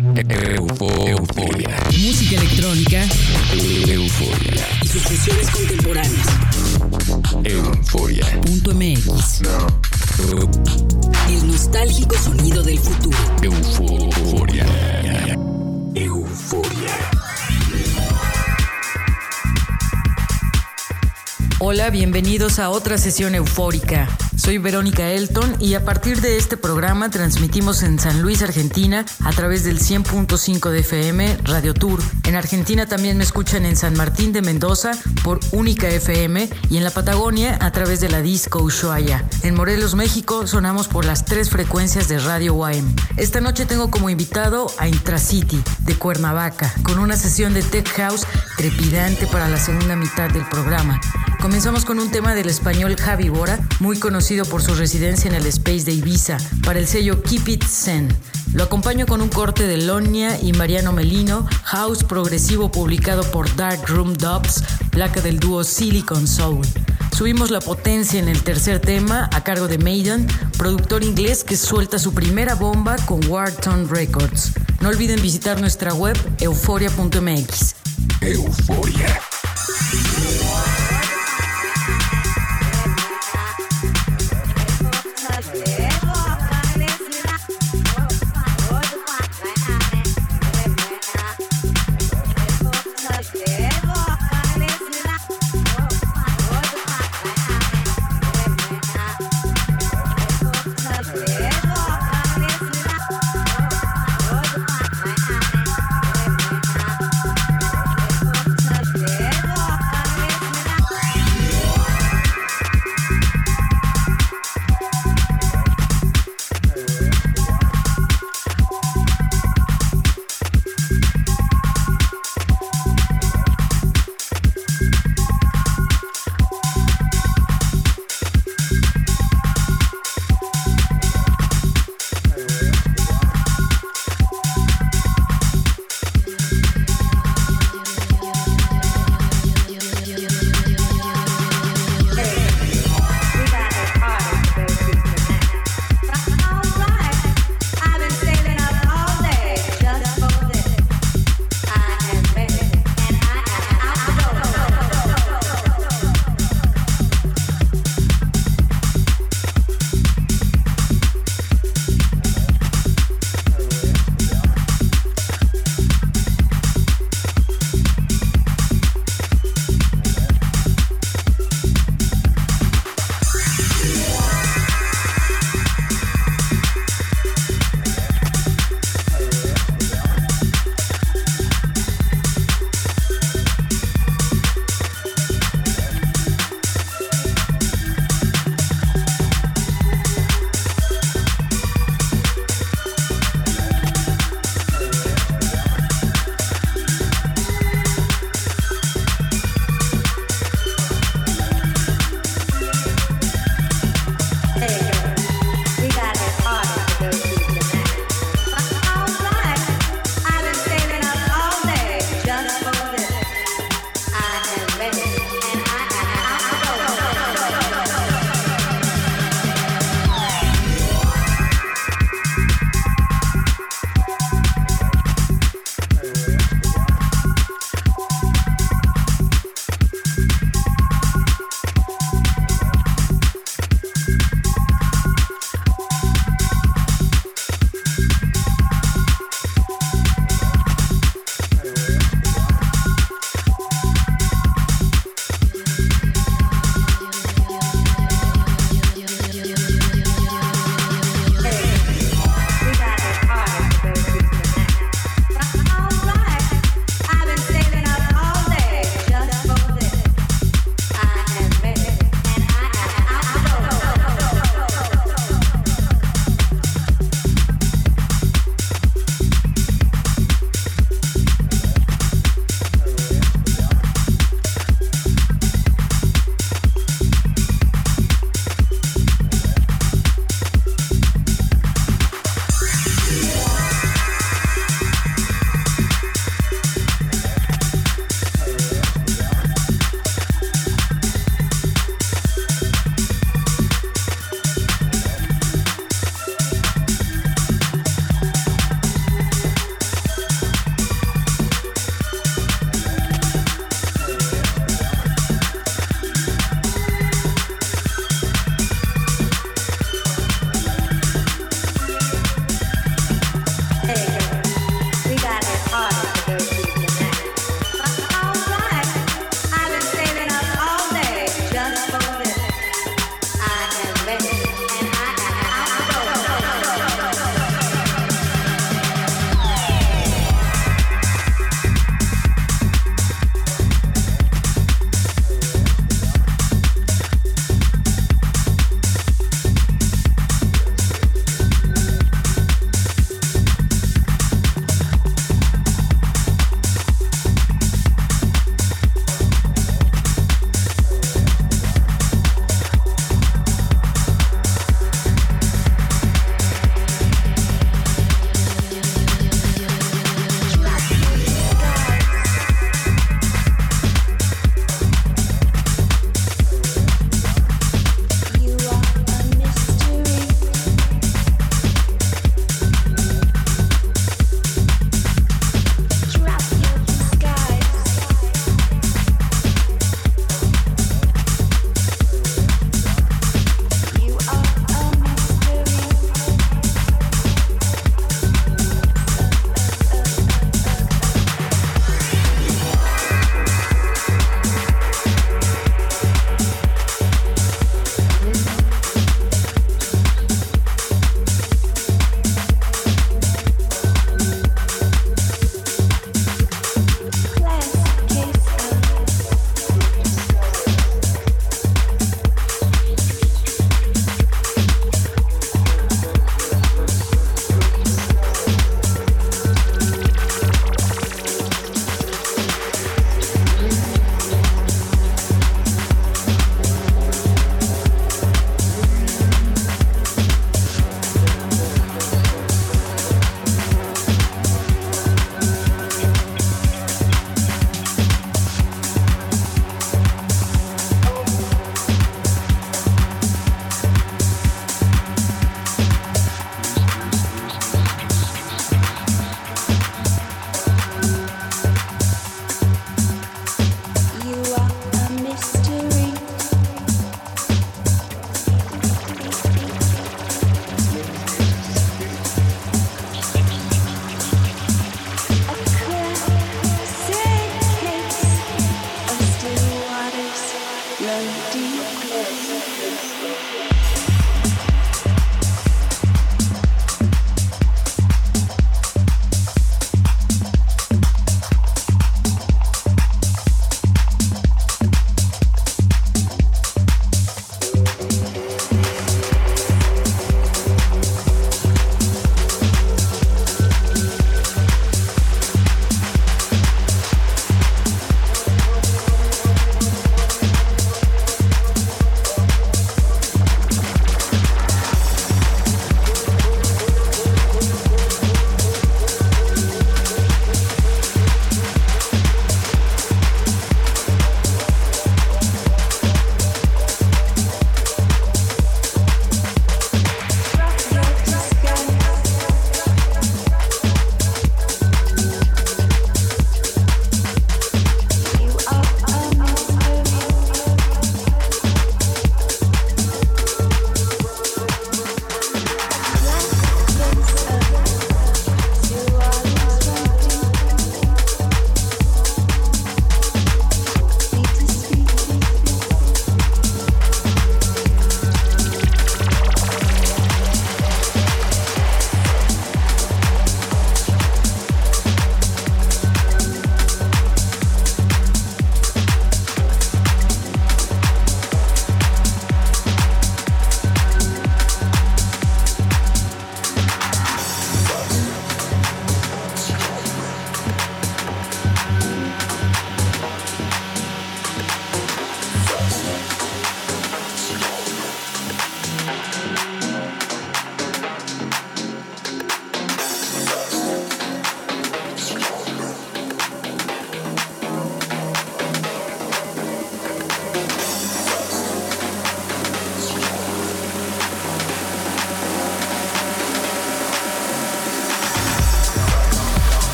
Euforia. Música electrónica. Euforia. Y sus fusiones contemporáneas. Euforia.mx. El nostálgico sonido del futuro. Euforia. Euforia. Hola, bienvenidos a otra sesión eufórica. Soy Verónica Elton y a partir de este programa transmitimos en San Luis, Argentina, a través del 100.5 de FM Radio Tour. En Argentina también me escuchan en San Martín de Mendoza por Única FM y en la Patagonia a través de la Disco Ushuaia. En Morelos, México, sonamos por las 3 frecuencias de Radio UAM. Esta noche tengo como invitado a Intracity de Cuernavaca, con una sesión de Tech House trepidante para la segunda mitad del programa. Comenzamos con un tema del español Javi Bora, muy conocido por su residencia en el Space de Ibiza, para el sello Keep It Zen. Lo acompaño con un corte de Lonia y Mariano Melino, house progresivo publicado por Dark Room Dubs, placa del dúo Silicon Soul. Subimos la potencia en el tercer tema a cargo de Maiden, productor inglés que suelta su primera bomba con Warton Records. No olviden visitar nuestra web euforia.mx. Euforia.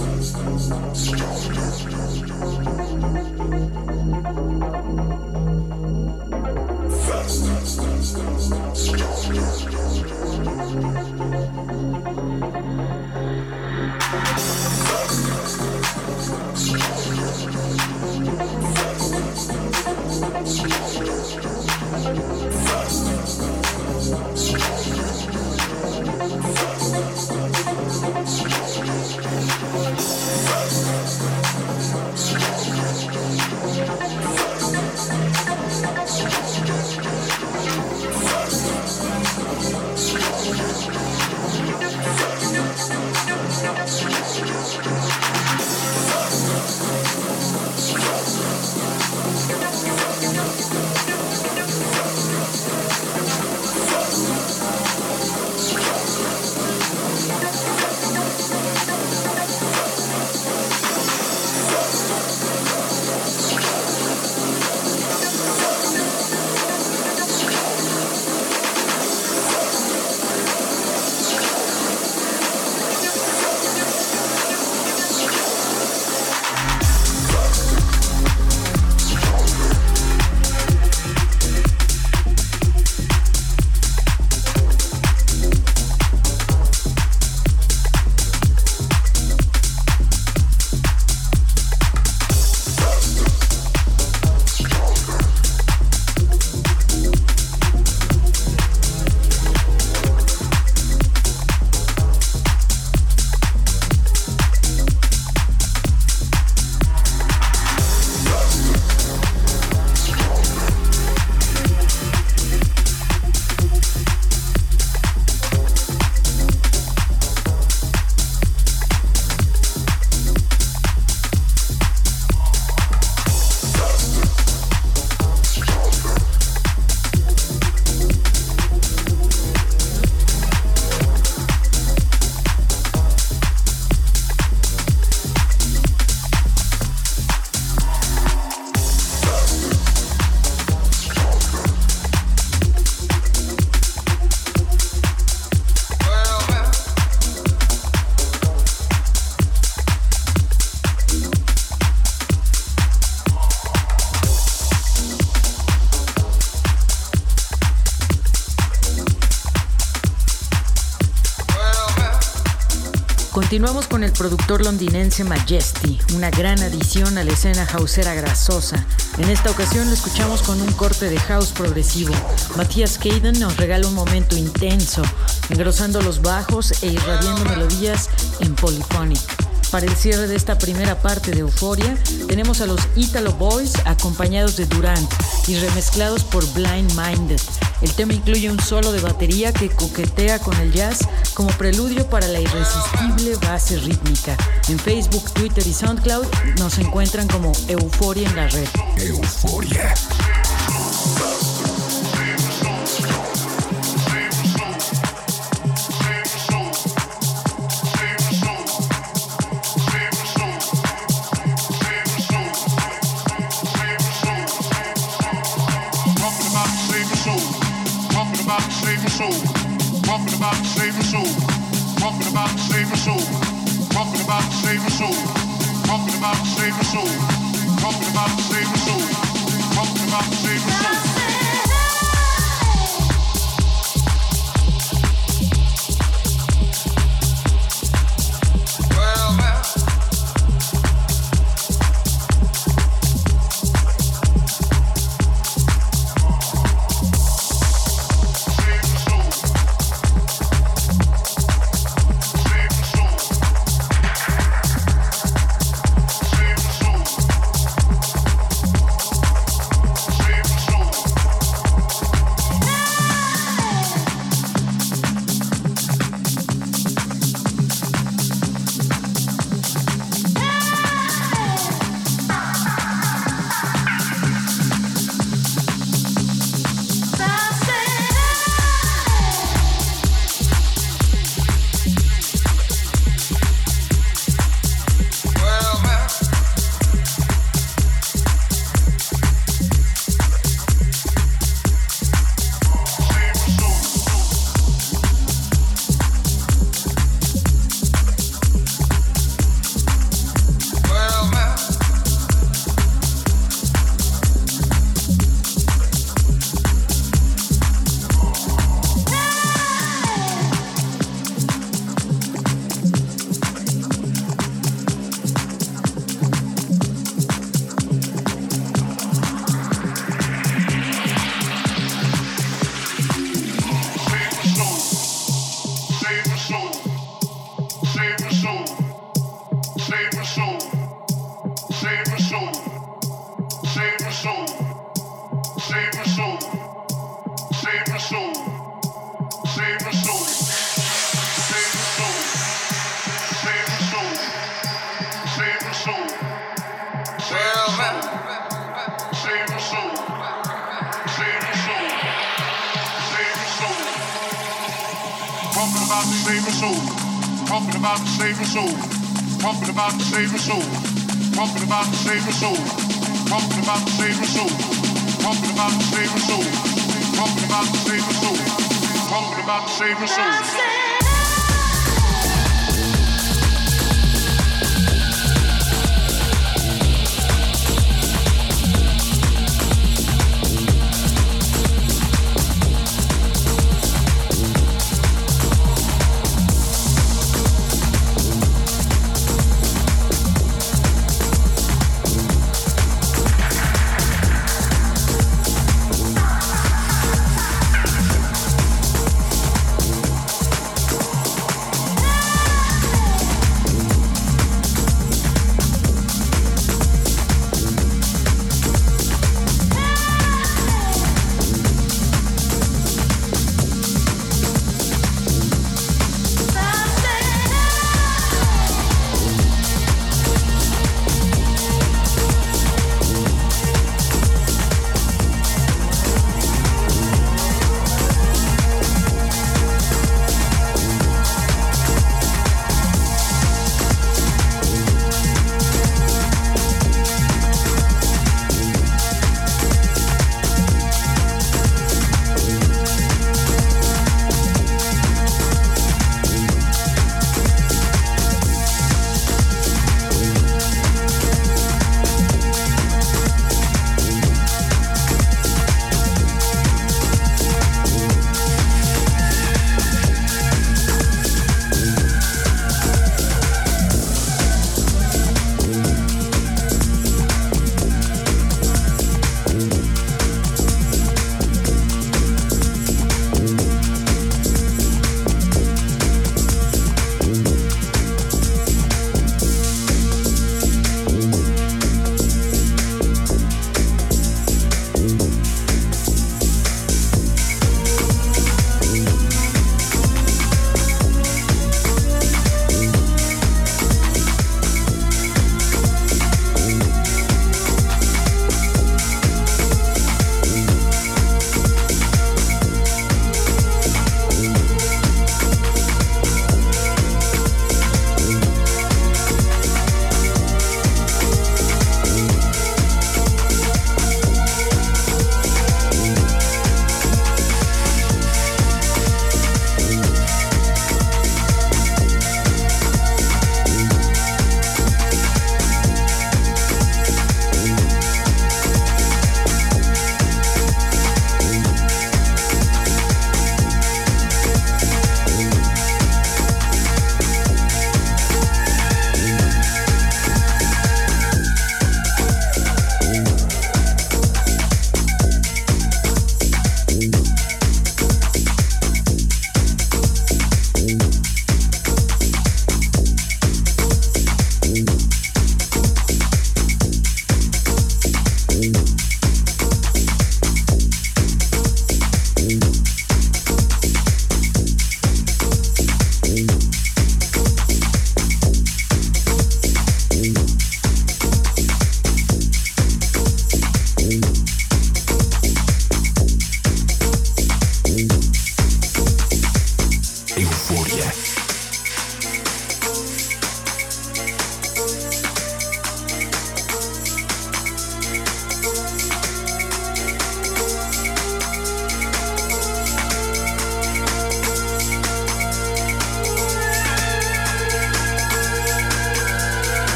Continuamos con el productor londinense Majesty, una gran adición a la escena houseera grasosa. En esta ocasión lo escuchamos con un corte de house progresivo. Matthias Kaden nos regala un momento intenso, engrosando los bajos e irradiando melodías en polyphonic. Para el cierre de esta primera parte de Euphoria, tenemos a los Italo Boys acompañados de Durant y remezclados por Blind Minded. El tema incluye un solo de batería que coquetea con el jazz como preludio para la irresistible base rítmica. En Facebook, Twitter y SoundCloud nos encuentran como Euphoria en la red. Euphoria.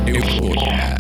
Euforia.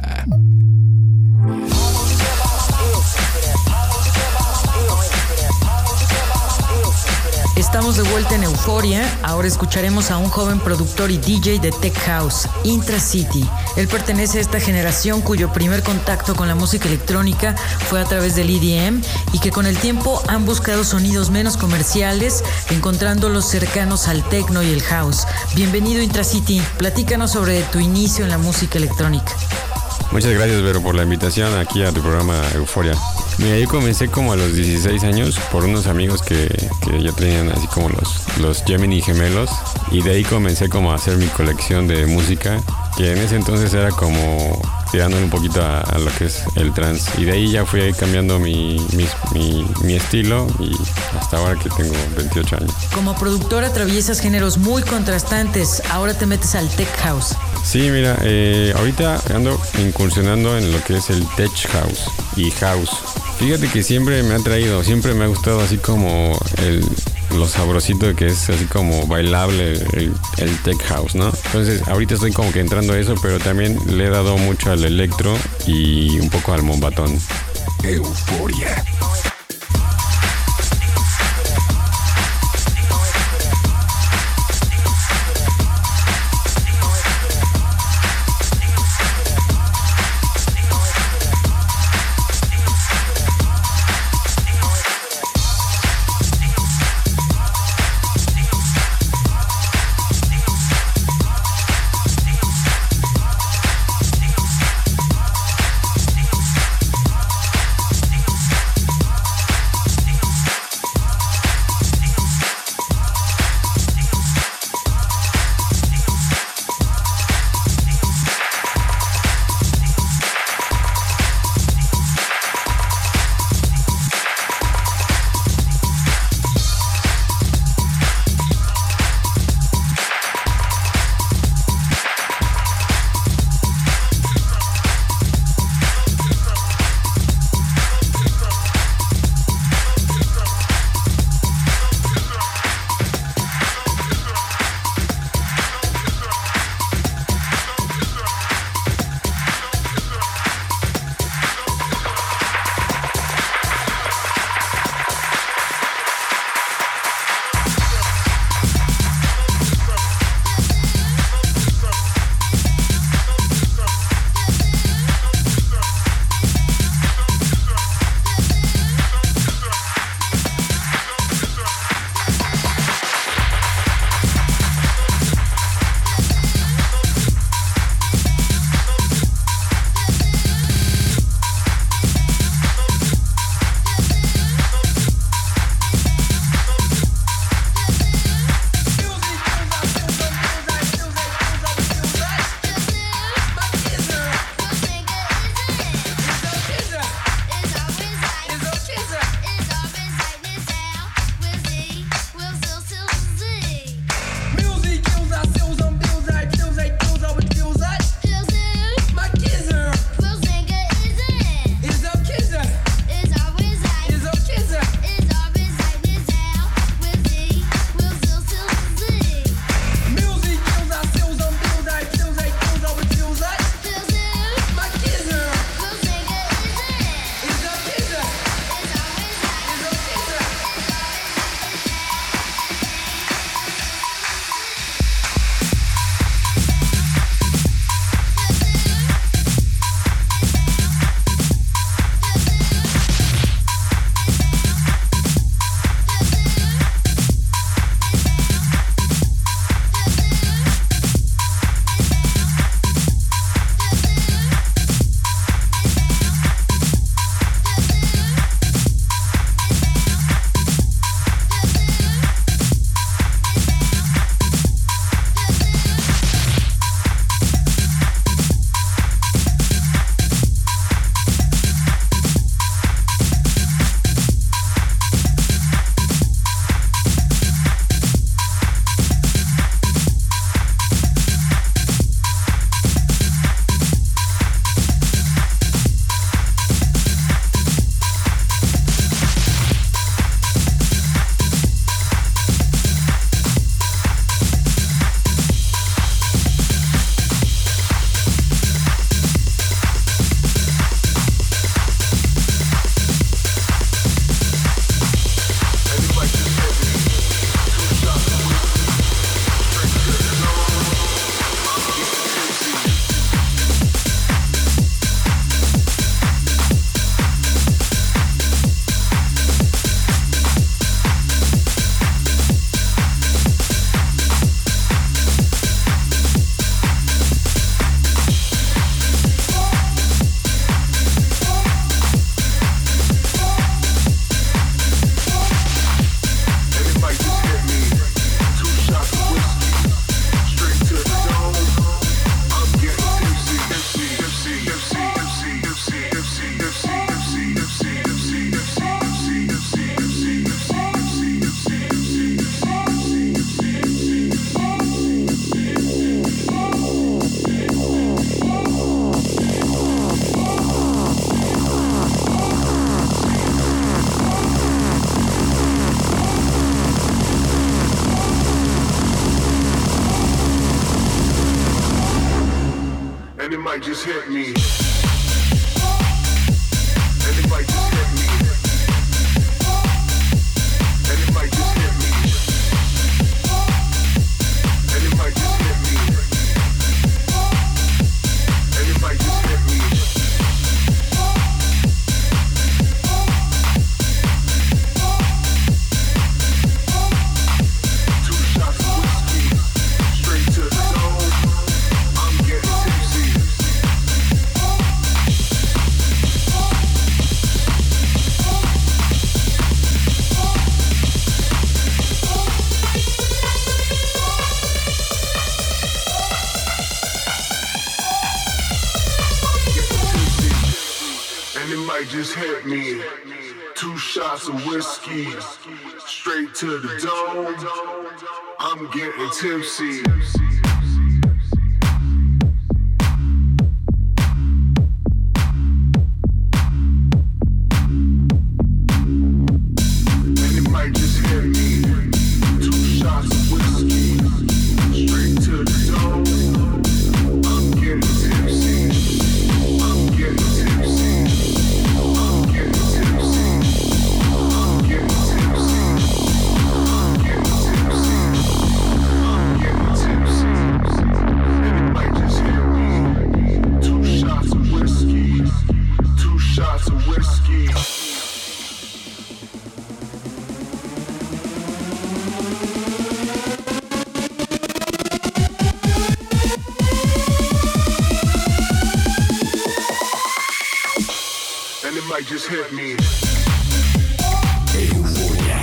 Estamos de vuelta en Euforia. Ahora escucharemos a un joven productor y DJ de Tech House, Intracity. Él pertenece a esta generación cuyo primer contacto con la música electrónica fue a través del EDM y que con el tiempo han buscado sonidos menos comerciales, encontrándolos cercanos al techno y el house. Bienvenido, Intracity. Platícanos sobre tu inicio en la música electrónica. Muchas gracias, Vero, por la invitación aquí a tu programa Euforia. Mira, yo comencé como a los 16 años por unos amigos que ya tenían así como los Gemini gemelos, y de ahí comencé como a hacer mi colección de música, que en ese entonces era como tirándole un poquito a lo que es el trance, y de ahí ya fui cambiando mi estilo y hasta ahora que tengo 28 años. Como productor atraviesas géneros muy contrastantes, ahora te metes al Tech House. Sí, mira, ahorita ando incursionando en lo que es el Tech House y House. Fíjate que siempre me ha gustado así como lo sabrosito que es así como bailable el Tech House, ¿no? Entonces ahorita estoy como que entrando a eso, pero también le he dado mucho al electro y un poco al mombatón. Euforia. and it might just hit me. And it might just hit me. And it might just hit me. And it might just hit me. And it might just hit me. Two shots of whiskey, straight to the dome. I'm getting tipsy. And it might just hit me. Two shots of whiskey, straight to the dome. I'm getting tipsy. And it might just hit me. Two shots of whiskey, straight to the dome. I'm getting tipsy. I'm getting tipsy. I'm getting tipsy. I'm getting tipsy. I'm getting tipsy. I'm getting tipsy. And it might just hit me. Two shots of whiskey. Two shots of whiskey. And it might just hit me. Euforia.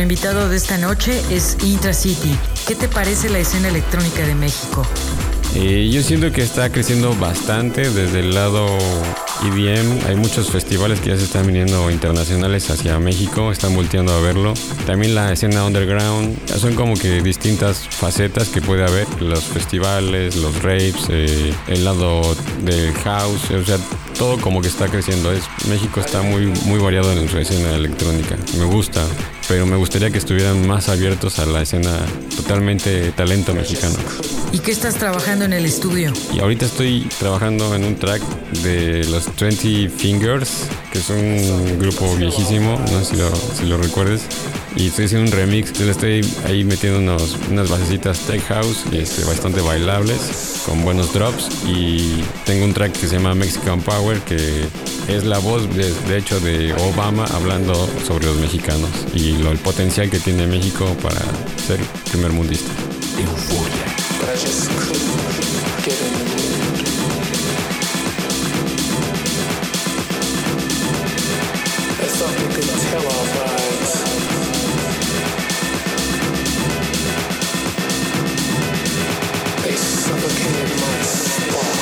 invitado de esta noche es Intracity. ¿Qué te parece la escena electrónica de México? Yo siento que está creciendo bastante desde el lado EDM. Hay muchos festivales que ya se están viniendo internacionales hacia México, están volteando a verlo. También la escena underground, son como que distintas facetas que puede haber. Los festivales, los raves, el lado del house, o sea, todo como que está creciendo. México está muy variado en su escena electrónica. Me gusta, pero me gustaría que estuvieran más abiertos a la escena totalmente talento mexicano. ¿Y qué estás trabajando en el estudio? Y ahorita estoy trabajando en un track de los 20 Fingers, que es un grupo viejísimo, no sé si lo recuerdes. Y estoy haciendo un remix, entonces estoy ahí metiendo unas basecitas tech house y bastante bailables, con buenos drops. Y tengo un track que se llama Mexican Power, que es la voz de hecho de Obama hablando sobre los mexicanos y el potencial que tiene México para ser primer mundista. But I just couldn't get in the mood. I thought we could tell our vibes. They suffocated my spark.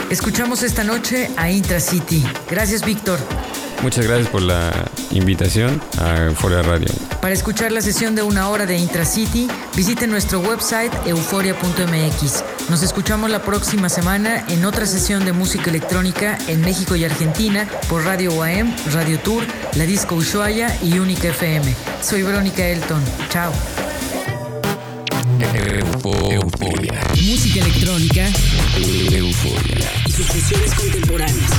Escuchamos esta noche a Intracity. Gracias, Víctor. Muchas gracias por la invitación a Euphoria Radio. Para escuchar la sesión de 1 hora de Intracity, visite nuestro website euforia.mx. Nos escuchamos la próxima semana en otra sesión de música electrónica en México y Argentina por Radio UAM, Radio Tour, La Disco Ushuaia y Única FM. Soy Verónica Elton. Chao. Euforia. Música electrónica Euforia. y sus fusiones contemporáneas.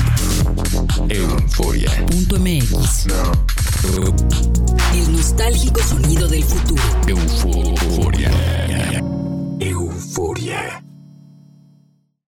Euforia.mx. El nostálgico sonido del futuro. Euforia.